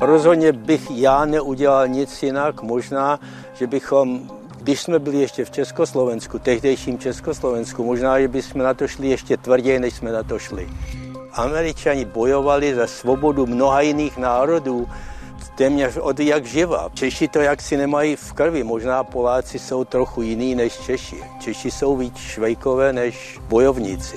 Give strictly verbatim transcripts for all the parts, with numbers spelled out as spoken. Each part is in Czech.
Rozhodně bych já neudělal nic jinak, možná, že bychom, když jsme byli ještě v Československu, tehdejším Československu, možná, že bychom na to šli ještě tvrději, než jsme na to šli. Američani bojovali za svobodu mnoha jiných národů, téměř od jak živa. Češi to jaksi nemají v krvi, možná Poláci jsou trochu jiný než Češi. Češi jsou víc švejkové než bojovníci.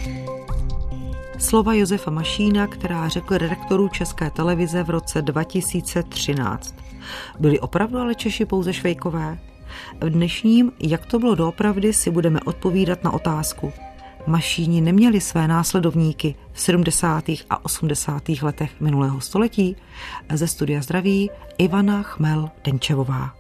Slova Josefa Mašína, která řekl redaktorů České televize v roce dva tisíce třináct. Byli opravdu ale Češi pouze švejkové? V dnešním Jak to bylo doopravdy si budeme odpovídat na otázku. Mašíni neměli své následovníky v sedmdesátých a osmdesátých letech minulého století? Ze studia zdraví Ivana Chmel-Denčevová.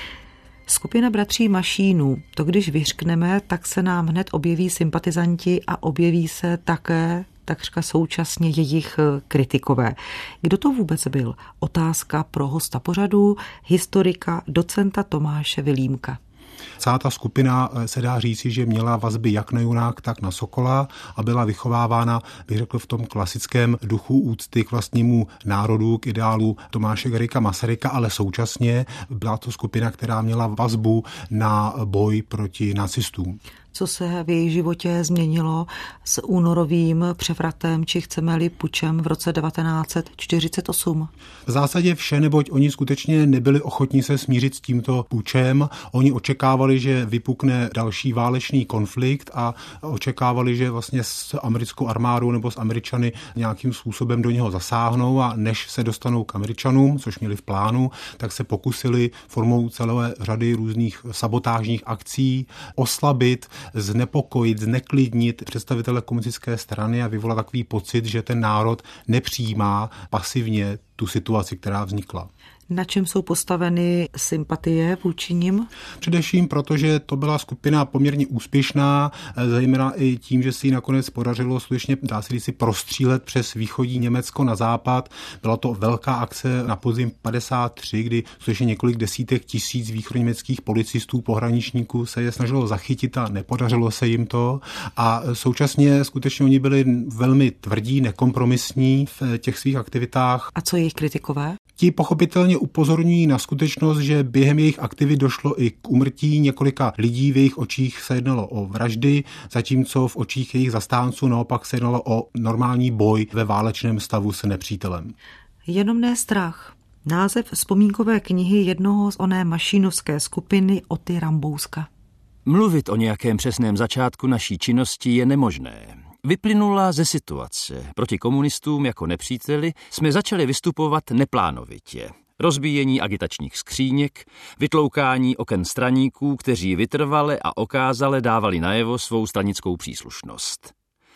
Skupina bratří Mašínů, to když vyřkneme, tak se nám hned objeví sympatizanti a objeví se také takřka současně jejich kritikové. Kdo to vůbec byl? Otázka pro hosta pořadu, historika, docenta Tomáše Vilímka. Celá ta skupina se dá říci, že měla vazby jak na Junáka, tak na Sokola a byla vychovávána, bych řekl, v tom klasickém duchu úcty k vlastnímu národu, k ideálu Tomáše Garrigua Masaryka, ale současně byla to skupina, která měla vazbu na boj proti nacistům. Co se v jejich životě změnilo s únorovým převratem, či chceme-li pučem v roce devatenáct set čtyřicet osm? V zásadě vše, neboť oni skutečně nebyli ochotní se smířit s tímto pučem. Oni očekávali, že vypukne další válečný konflikt a očekávali, že vlastně s americkou armádou nebo s Američany nějakým způsobem do něho zasáhnou a než se dostanou k Američanům, což měli v plánu, tak se pokusili formou celé řady různých sabotážních akcí oslabit, znepokojit, zneklidnit představitele komunistické strany a vyvolat takový pocit, že ten národ nepřijímá pasivně tu situaci, která vznikla. Na čem jsou postaveny sympatie vůči nim? Především proto, že to byla skupina poměrně úspěšná, zejména i tím, že si ji nakonec podařilo skutečně, dá se říci, prostřílet přes východní Německo na západ. Byla to velká akce na podzim padesát tři, kdy skutečně několik desítek tisíc východněmeckých policistů, pohraničníků se je snažilo zachytit a nepodařilo se jim to. A současně skutečně oni byli velmi tvrdí, nekompromisní v těch svých aktivitách. A co jejich kritikové? Ti pochopitelně upozorňují na skutečnost, že během jejich aktivit došlo i k úmrtí několika lidí, v jejich očích se jednalo o vraždy, zatímco v očích jejich zastánců naopak se jednalo o normální boj ve válečném stavu s nepřítelem. Jenom ne strach. Název vzpomínkové knihy jednoho z oné mašínovské skupiny Oty Rambouska. Mluvit o nějakém přesném začátku naší činnosti je nemožné. Vyplynula ze situace. Proti komunistům jako nepříteli jsme začali vystupovat neplánovitě. Rozbíjení agitačních skříněk, vytloukání oken straníků, kteří vytrvale a okázale dávali najevo svou stranickou příslušnost.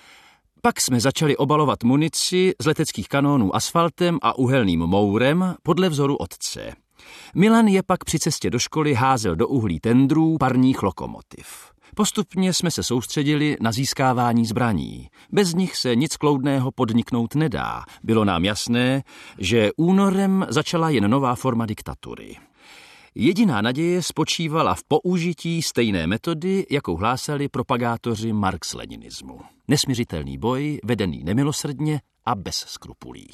Pak jsme začali obalovat munici z leteckých kanónů asfaltem a uhelným mourem podle vzoru otce. Milan je pak při cestě do školy házel do uhlí tendrů parních lokomotiv. Postupně jsme se soustředili na získávání zbraní. Bez nich se nic kloudného podniknout nedá. Bylo nám jasné, že únorem začala jen nová forma diktatury. Jediná naděje spočívala v použití stejné metody, jakou hlásali propagátoři marx-leninismu. Nesmiřitelný boj, vedený nemilosrdně a bez skrupulí.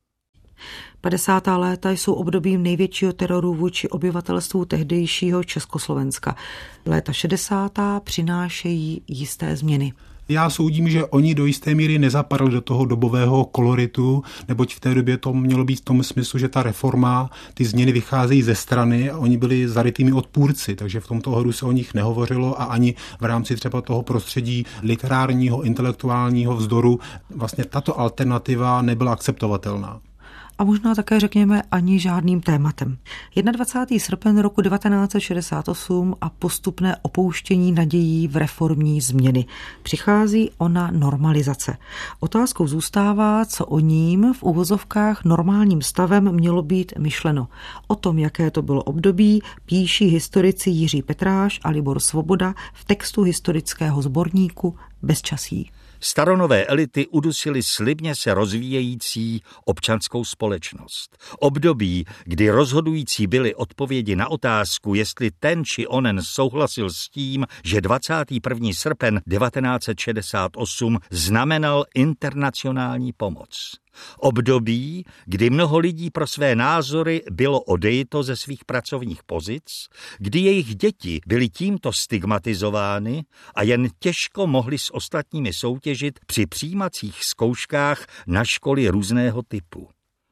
padesátá léta jsou obdobím největšího teroru vůči obyvatelstvu tehdejšího Československa. Léta šedesátá přinášejí jisté změny. Já soudím, že oni do jisté míry nezapadli do toho dobového koloritu, neboť v té době to mělo být v tom smyslu, že ta reforma, ty změny vycházejí ze strany a oni byli zarytými odpůrci, takže v tomto ohledu se o nich nehovořilo a ani v rámci třeba toho prostředí literárního, intelektuálního vzdoru vlastně tato alternativa nebyla akceptovatelná. A možná také řekněme ani žádným tématem. dvacátého prvního srpen roku devatenáct set šedesát osm a postupné opouštění nadějí v reformní změny. Přichází ona normalizace. Otázkou zůstává, co o ním v uvozovkách normálním stavem mělo být myšleno. O tom, jaké to bylo období, píší historici Jiří Petráš a Libor Svoboda v textu historického sborníku Bezčasí. Staronové elity udusily slibně se rozvíjející občanskou společnost. Období, kdy rozhodující byly odpovědi na otázku, jestli ten či onen souhlasil s tím, že dvacátého prvního srpen devatenáct set šedesát osm znamenal internacionální pomoc. Období, kdy mnoho lidí pro své názory bylo odejito ze svých pracovních pozic, kdy jejich děti byly tímto stigmatizovány a jen těžko mohly s ostatními soutěžit při přijímacích zkouškách na školy různého typu.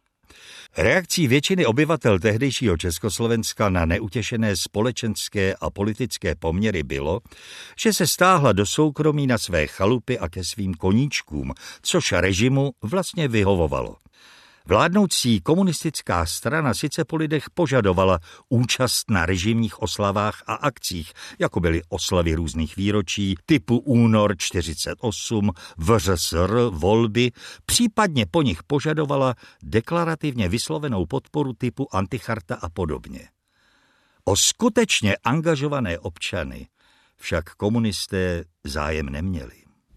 Reakcí většiny obyvatel tehdejšího Československa na neutěšené společenské a politické poměry bylo, že se stáhla do soukromí na své chalupy a ke svým koníčkům, což režimu vlastně vyhovovalo. Vládnoucí komunistická strana sice po lidech požadovala účast na režimních oslavách a akcích, jako byly oslavy různých výročí typu Únor čtyřicet osm, V Ř S R, volby, případně po nich požadovala deklarativně vyslovenou podporu typu anticharta a podobně. O skutečně angažované občany však komunisté zájem neměli.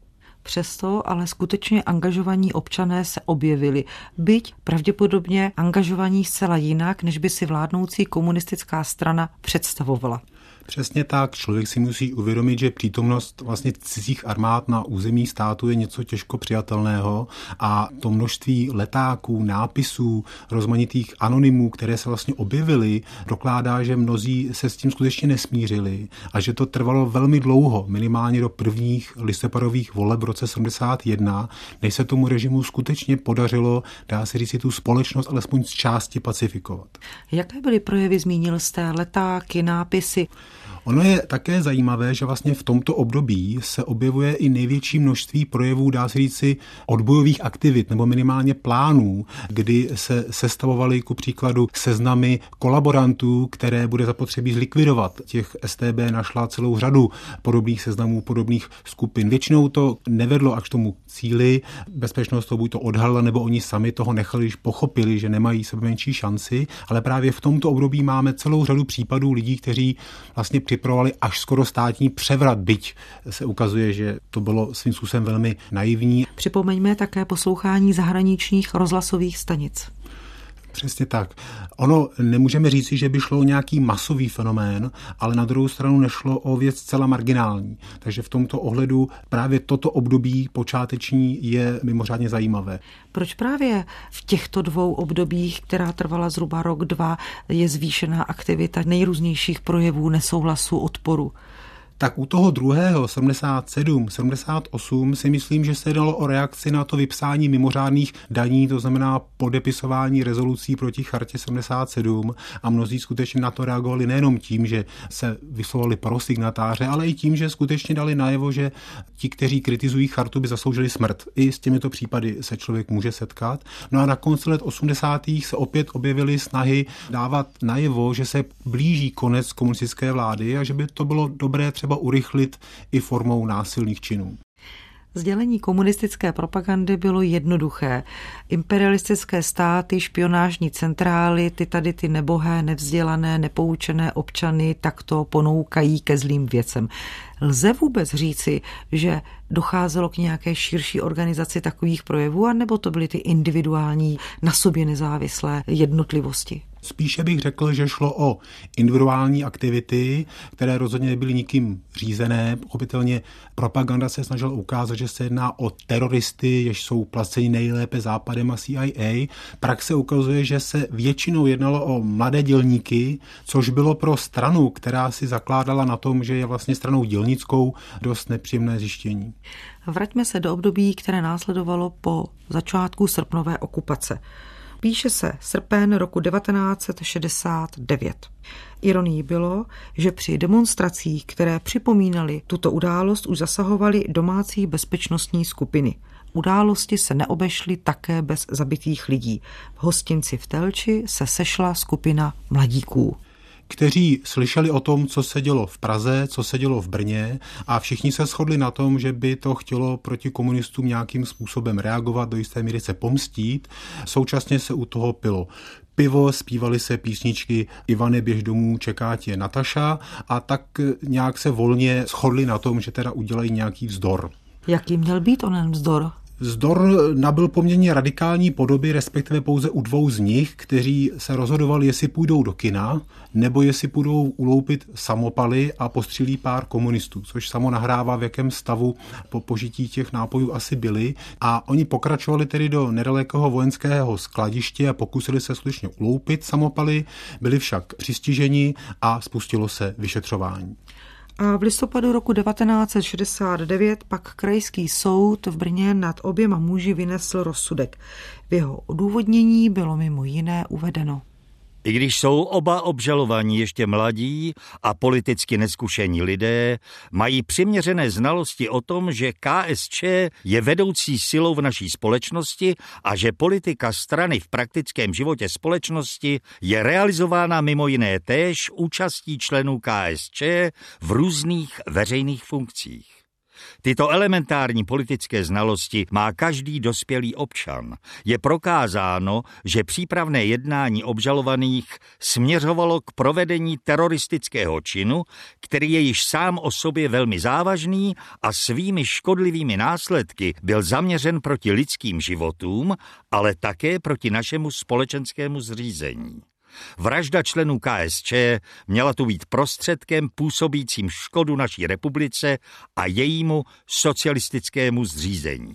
Přesto ale skutečně angažovaní občané se objevili, byť pravděpodobně angažovaní zcela jinak, než by si vládnoucí komunistická strana představovala. Přesně tak, člověk si musí uvědomit, že přítomnost vlastně cizích armád na území státu je něco těžko přijatelného a to množství letáků, nápisů, rozmanitých anonymů, které se vlastně objevily, dokládá, že mnozí se s tím skutečně nesmířili a že to trvalo velmi dlouho, minimálně do prvních listopadových voleb v roce sedmdesát jedna, než se tomu režimu skutečně podařilo, dá se říct, tu společnost alespoň z části pacifikovat. Jaké byly projevy, zmínil jste, letáky, nápisy? Ono je také zajímavé, že vlastně v tomto období se objevuje i největší množství projevů, dá se říci, odbojových aktivit nebo minimálně plánů, kdy se sestavovaly ku příkladu seznamy kolaborantů, které bude zapotřebí zlikvidovat. Těch S T B našla celou řadu podobných seznamů, podobných skupin. Většinou to nevedlo až k tomu cíli, bezpečnost to buď to odhalila, nebo oni sami toho nechali, když pochopili, že nemají sebe menší šanci, ale právě v tomto období máme celou řadu případů lidí, kteří vlastně připravovali až skoro státní převrat, byť se ukazuje, že to bylo svým způsobem velmi naivní. Připomeňme také poslouchání zahraničních rozhlasových stanic. Přesně tak. Ono nemůžeme říci, že by šlo o nějaký masový fenomén, ale na druhou stranu nešlo o věc zcela marginální. Takže v tomto ohledu právě toto období počáteční je mimořádně zajímavé. Proč právě v těchto dvou obdobích, která trvala zhruba rok, dva, je zvýšená aktivita nejrůznějších projevů nesouhlasu, odporu? Tak u toho druhého, sedmdesát sedm, sedmdesát osm, si myslím, že se jednalo o reakci na to vypsání mimořádných daní, to znamená podepisování rezolucí proti chartě sedmdesát sedm a mnozí skutečně na to reagovali nejenom tím, že se vyslovali pro signatáře, ale i tím, že skutečně dali najevo, že ti, kteří kritizují chartu, by zasloužili smrt. I s těmito případy se člověk může setkat. No a na konci let osmdesátých se opět objevily snahy dávat najevo, že se blíží konec komunistické vlády a že by to bylo dobré třeba urychlit i formou násilných činů. Sdělení komunistické propagandy bylo jednoduché. Imperialistické státy, špionážní centrály, ty tady ty nebohé, nevzdělané, nepoučené občany takto ponoukají ke zlým věcem. Lze vůbec říci, že docházelo k nějaké širší organizaci takových projevů, anebo to byly ty individuální, na sobě nezávislé jednotlivosti? Spíše bych řekl, že šlo o individuální aktivity, které rozhodně nebyly nikým řízené. Pochopitelně propaganda se snažila ukázat, že se jedná o teroristy, jež jsou placeni nejlépe Západem a C I A. Praxe ukazuje, že se většinou jednalo o mladé dělníky, což bylo pro stranu, která si zakládala na tom, že je vlastně stranou dělnickou, dost nepříjemné zjištění. Vraťme se do období, které následovalo po začátku srpnové okupace. Píše se srpen roku devatenáct set šedesát devět. Ironií bylo, že při demonstracích, které připomínaly tuto událost, už zasahovaly domácí bezpečnostní skupiny. Události se neobešly také bez zabitých lidí. V hostinci v Telči se sešla skupina mladíků, kteří slyšeli o tom, co se dělo v Praze, co se dělo v Brně a všichni se shodli na tom, že by to chtělo proti komunistům nějakým způsobem reagovat, do jisté míry se pomstít. Současně se u toho pilo pivo, zpívaly se písničky Ivane, běž domů, čeká tě Nataša a tak nějak se volně shodli na tom, že teda udělají nějaký vzdor. Jaký měl být onen vzdor? Vzdor nabyl poměrně radikální podoby, respektive pouze u dvou z nich, kteří se rozhodovali, jestli půjdou do kina, nebo jestli půjdou uloupit samopaly a postřílí pár komunistů, což samo nahrává, v jakém stavu po požití těch nápojů asi byli. A oni pokračovali tedy do nedalekého vojenského skladiště a pokusili se skutečně uloupit samopaly, byli však přistiženi a spustilo se vyšetřování. A v listopadu roku devatenáct set šedesát devět pak krajský soud v Brně nad oběma muži vynesl rozsudek. V jeho odůvodnění bylo mimo jiné uvedeno: I když jsou oba obžalovaní ještě mladí a politicky neskušení lidé, mají přiměřené znalosti o tom, že K S Č je vedoucí silou v naší společnosti a že politika strany v praktickém životě společnosti je realizována mimo jiné též účastí členů K S Č v různých veřejných funkcích. Tyto elementární politické znalosti má každý dospělý občan. Je prokázáno, že přípravné jednání obžalovaných směřovalo k provedení teroristického činu, který je již sám o sobě velmi závažný a svými škodlivými následky byl zaměřen proti lidským životům, ale také proti našemu společenskému zřízení. Vražda členů K S Č měla tu být prostředkem působícím škodu naší republice a jejímu socialistickému zřízení.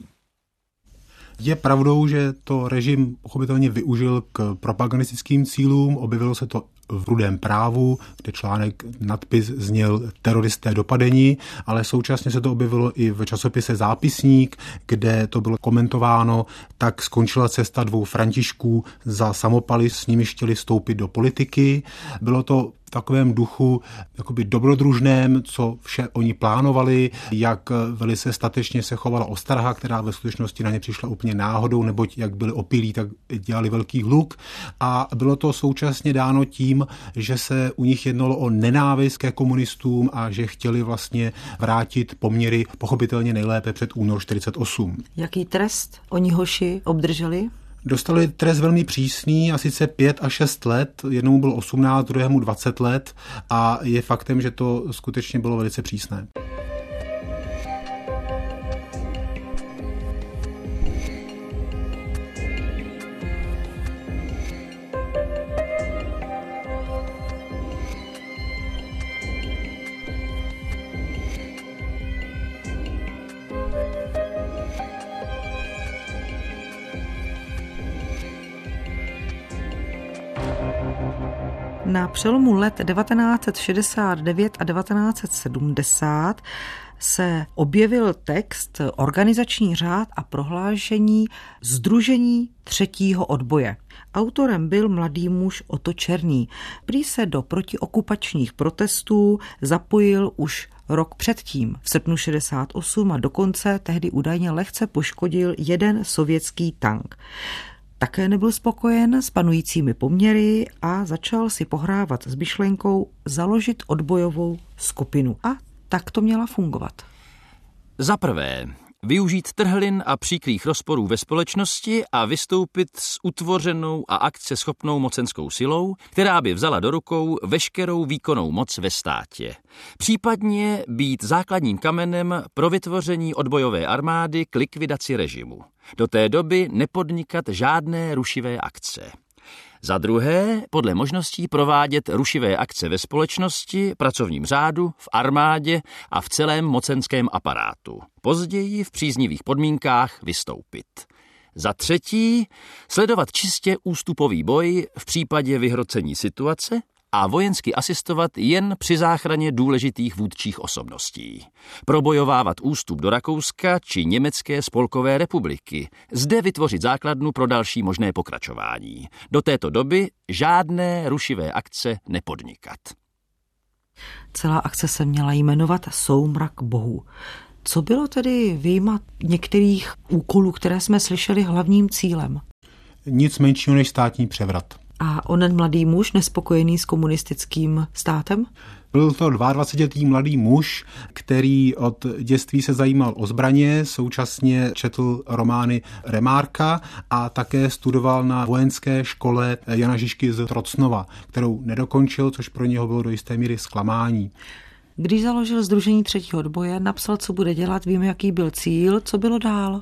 Je pravdou, že to režim pochopitelně využil k propagandistickým cílům, objevilo se to v Rudém právu, kde článek, nadpis zněl teroristé dopadeni, ale současně se to objevilo i v časopise Zápisník, kde to bylo komentováno, tak skončila cesta dvou Františků za samopaly, s nimi chtěli vstoupit do politiky. Bylo to v takovém duchu jakoby dobrodružném, co vše oni plánovali, jak velice statečně se chovala ostraha, která ve skutečnosti na ně přišla úplně náhodou, neboť jak byli opilí, tak dělali velký hluk. A bylo to současně dáno tím, že se u nich jednalo o nenávist ke komunistům a že chtěli vlastně vrátit poměry pochopitelně nejlépe před únor čtyřicet osm. Jaký trest oni hoši obdrželi? Dostali trest velmi přísný, a sice pět a šest let, jednomu bylo osmnáct, druhému dvacet let a je faktem, že to skutečně bylo velice přísné. Na přelomu let devatenáct set šedesát devět a devatenáct set sedmdesát se objevil text Organizační řád a prohlášení Sdružení třetího odboje. Autorem byl mladý muž Otto Černý. Prý se do protiokupačních protestů zapojil už rok předtím, v srpnu šedesát osm, a dokonce tehdy údajně lehce poškodil jeden sovětský tank. Také nebyl spokojen s panujícími poměry a začal si pohrávat s myšlenkou založit odbojovou skupinu. A tak to měla fungovat. Za prvé, využít trhlin a příkrých rozporů ve společnosti a vystoupit s utvořenou a akceschopnou mocenskou silou, která by vzala do rukou veškerou výkonnou moc ve státě. Případně být základním kamenem pro vytvoření odbojové armády k likvidaci režimu. Do té doby nepodnikat žádné rušivé akce. Za druhé, podle možností provádět rušivé akce ve společnosti, pracovním řádu, v armádě a v celém mocenském aparátu. Později v příznivých podmínkách vystoupit. Za třetí, sledovat čistě ústupový boj v případě vyhrocení situace a vojensky asistovat jen při záchraně důležitých vůdčích osobností. Probojovávat ústup do Rakouska či Německé spolkové republiky. Zde vytvořit základnu pro další možné pokračování. Do této doby žádné rušivé akce nepodnikat. Celá akce se měla jmenovat Soumrak bohů. Co bylo tedy vyjma některých úkolů, které jsme slyšeli, hlavním cílem? Nic menšího než státní převrat. A onen mladý muž, nespokojený s komunistickým státem? Byl to dvaadvacetiletý mladý muž, který od dětství se zajímal o zbraně, současně četl romány Remarka a také studoval na vojenské škole Jana Žižky z Trocnova, kterou nedokončil, což pro něho bylo do jisté míry zklamání. Když založil Sdružení třetího odboje, napsal, co bude dělat, víme, jaký byl cíl, co bylo dál.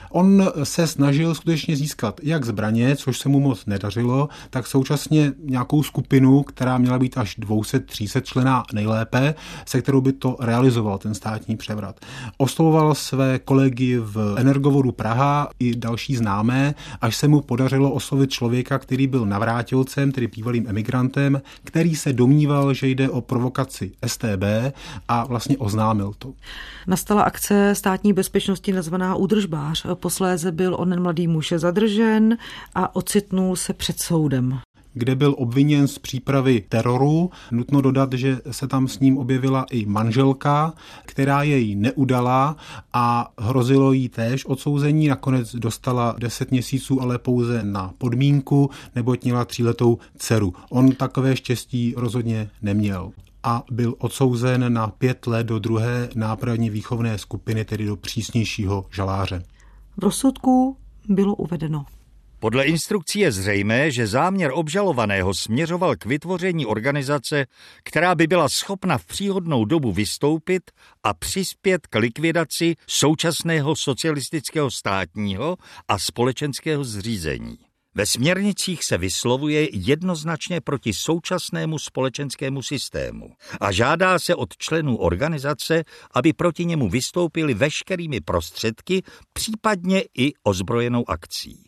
On se snažil skutečně získat jak zbraně, což se mu moc nedařilo, tak současně nějakou skupinu, která měla být až dvě stě tři sta členná nejlépe, se kterou by to realizoval ten státní převrat. Oslovoval své kolegy v Energovodu Praha i další známé, až se mu podařilo oslovit člověka, který byl navrátilcem, tedy bývalým emigrantem, který se domníval, že jde o provokaci S T B a vlastně oznámil to. Nastala akce státní bezpečnosti nazvaná Údržbář. Posléze byl onen mladý muž zadržen a ocitnul se před soudem, kde byl obviněn z přípravy teroru. Nutno dodat, že se tam s ním objevila i manželka, která jej neudala a hrozilo jí též odsouzení. Nakonec dostala deset měsíců, ale pouze na podmínku, neboť měla tříletou dceru. On takové štěstí rozhodně neměl a byl odsouzen na pět let do druhé nápravně výchovné skupiny, tedy do přísnějšího žaláře. V rozsudku bylo uvedeno: podle instrukcí je zřejmé, že záměr obžalovaného směřoval k vytvoření organizace, která by byla schopna v příhodnou dobu vystoupit a přispět k likvidaci současného socialistického státního a společenského zřízení. Ve směrnicích se vyslovuje jednoznačně proti současnému společenskému systému a žádá se od členů organizace, aby proti němu vystoupili veškerými prostředky, případně i ozbrojenou akcí.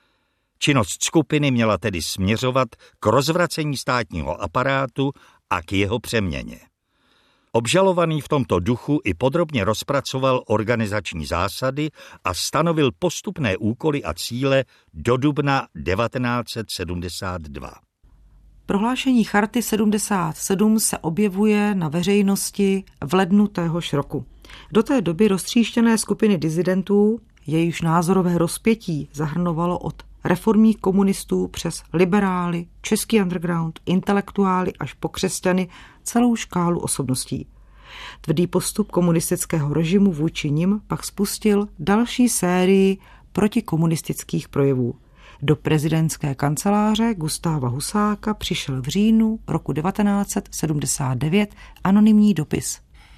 Činnost skupiny měla tedy směřovat k rozvracení státního aparátu a k jeho přeměně. Obžalovaný v tomto duchu i podrobně rozpracoval organizační zásady a stanovil postupné úkoly a cíle do dubna devatenáct set sedmdesát dva. Prohlášení Charty sedmdesát sedm se objevuje na veřejnosti v lednu téhož roku. Do té doby roztříštěné skupiny disidentů, jejichž názorové rozpětí zahrnovalo od reformních komunistů přes liberály, český underground, intelektuály až po křesťany, celou škálu osobností. Tvrdý postup komunistického režimu vůči nim pak spustil další sérii protikomunistických projevů. Do prezidentské kanceláře Gustáva Husáka přišel v říjnu roku devatenáct set sedmdesát devět anonymní dopis.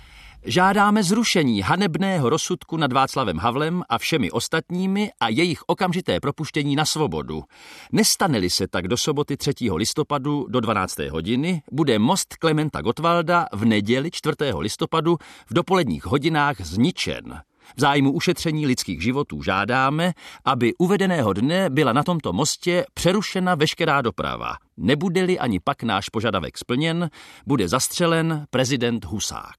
Žádáme zrušení hanebného rozsudku nad Václavem Havlem a všemi ostatními a jejich okamžité propuštění na svobodu. Nestane-li se tak do soboty třetího listopadu do dvanácté hodiny, bude most Klementa Gottwalda v neděli čtvrtého listopadu v dopoledních hodinách zničen. V zájmu ušetření lidských životů žádáme, aby uvedeného dne byla na tomto mostě přerušena veškerá doprava. Nebude-li ani pak náš požadavek splněn, bude zastřelen prezident Husák.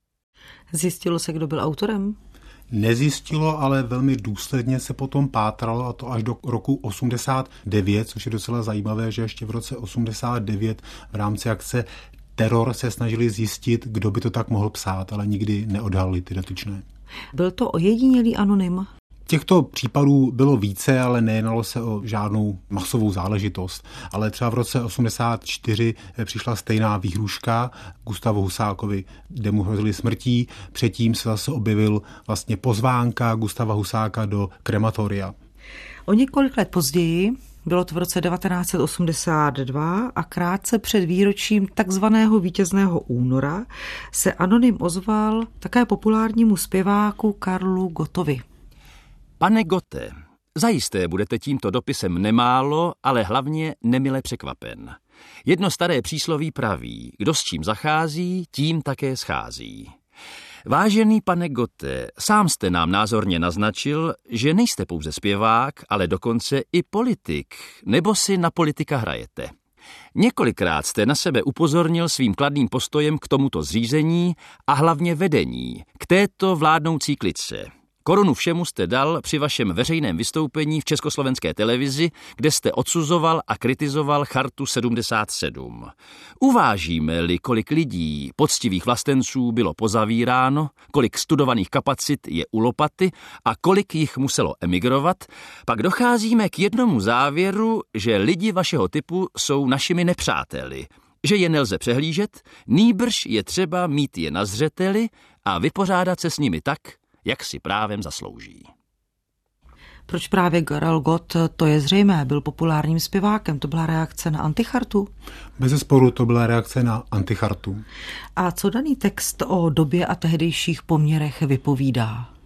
Zjistilo se, kdo byl autorem? Nezjistilo, ale velmi důsledně se potom pátralo, a to až do roku osmdesát devět, což je docela zajímavé, že ještě v roce osmdesát devět v rámci akce Teror se snažili zjistit, kdo by to tak mohl psát, ale nikdy neodhalili ty dotyčné. Byl to ojedinělý anonym? Těchto případů bylo více, ale nejednalo se o žádnou masovou záležitost. Ale třeba v roce osmdesát čtyři přišla stejná výhrůžka Gustavu Husákovi, kde mu hrozili smrtí. Předtím se zase objevil vlastně pozvánka Gustava Husáka do krematoria. O několik let později, bylo to v roce devatenáct set osmdesát dva a krátce před výročím takzvaného vítězného února, se anonym ozval také populárnímu zpěváku Karlu Gottovi. Pane Gotte, zajisté budete tímto dopisem nemálo, ale hlavně nemile překvapen. Jedno staré přísloví praví, kdo s čím zachází, tím také schází. Vážený pane Gotte, sám jste nám názorně naznačil, že nejste pouze zpěvák, ale dokonce i politik, nebo si na politika hrajete. Několikrát jste na sebe upozornil svým kladným postojem k tomuto zřízení a hlavně vedení, k této vládnoucí klice. Korunu všemu jste dal při vašem veřejném vystoupení v československé televizi, kde jste odsuzoval a kritizoval Chartu sedmdesát sedm. Uvážíme-li, kolik lidí, poctivých vlastenců, bylo pozavíráno, kolik studovaných kapacit je u lopaty a kolik jich muselo emigrovat, pak docházíme k jednomu závěru, že lidi vašeho typu jsou našimi nepřáteli, že je nelze přehlížet, nýbrž je třeba mít je na zřeteli a vypořádat se s nimi tak, jak si právem zaslouží. Proč právě Karel Gott, to je zřejmé, byl populárním zpěvákem, to byla reakce na antichartu? Bezesporu to byla reakce na antichartu. A co daný text o době a tehdejších poměrech vypovídá?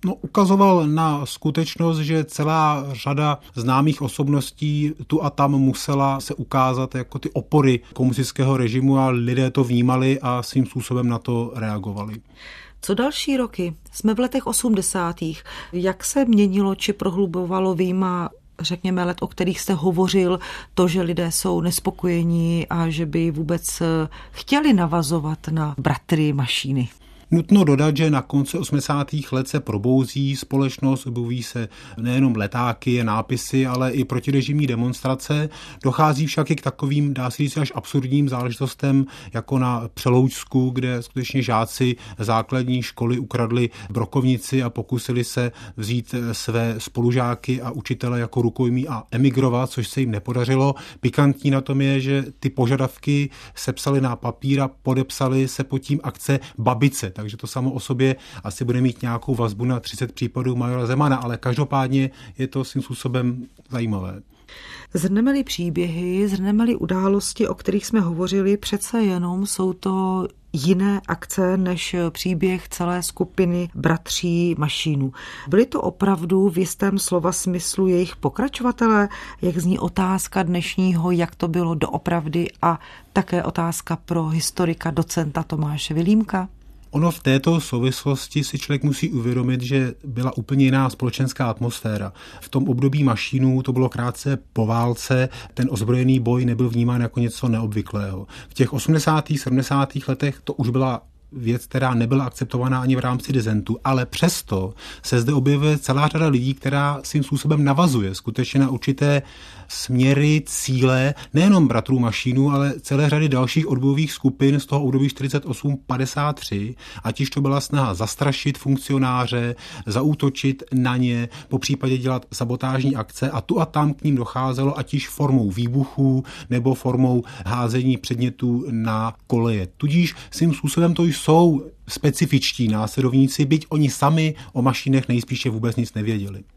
No, ukazoval na skutečnost, že celá řada známých osobností tu a tam musela se ukázat jako ty opory komunistického režimu a lidé to vnímali a svým způsobem na to reagovali. Co další roky? Jsme v letech osmdesátých. Jak se měnilo či prohlubovalo výjima, řekněme, let, o kterých jste hovořil, to, že lidé jsou nespokojení a že by vůbec chtěli navazovat na bratry Mašíny? Nutno dodat, že na konci osmdesátých let se probouzí společnost, objevují se nejenom letáky, nápisy, ale i protirežimní demonstrace. Dochází však i k takovým, dá se říct, až absurdním záležitostem, jako na Přeloučsku, kde skutečně žáci základní školy ukradli brokovnici a pokusili se vzít své spolužáky a učitele jako rukojmí a emigrovat, což se jim nepodařilo. Pikantní na tom je, že ty požadavky sepsali na papír a podepsali se pod tím akce Babice. Takže to samo o sobě asi bude mít nějakou vazbu na třicet případů majora Zemana, ale každopádně je to svým způsobem zajímavé. Zhrneme-li příběhy, zhrneme-li události, o kterých jsme hovořili, přece jenom jsou to jiné akce než příběh celé skupiny bratří Mašínů. Byly to opravdu v jistém slova smyslu jejich pokračovatelé? Jak zní otázka dnešního, jak to bylo doopravdy, a také otázka pro historika docenta Tomáše Vilímka? Ono v této souvislosti si člověk musí uvědomit, že byla úplně jiná společenská atmosféra. V tom období Mašínů to bylo krátce po válce, ten ozbrojený boj nebyl vnímán jako něco neobvyklého. V těch osmdesátých, sedmdesátých letech to už byla věc, která nebyla akceptovaná ani v rámci disentu, ale přesto se zde objevuje celá řada lidí, která svým způsobem navazuje skutečně na určité směry, cíle, nejenom bratrů Mašínů, ale celé řady dalších odbojových skupin z toho období čtyřicet osm padesát tři, ať již to byla snaha zastrašit funkcionáře, zaútočit na ně, popřípadě dělat sabotážní akce, a tu a tam k ním docházelo, ať již formou výbuchů nebo formou házení předmětů na koleje. Tudíž svým způsobem to jsou specifičtí následovníci, byť oni sami o Mašínech nejspíše vůbec nic nevěděli.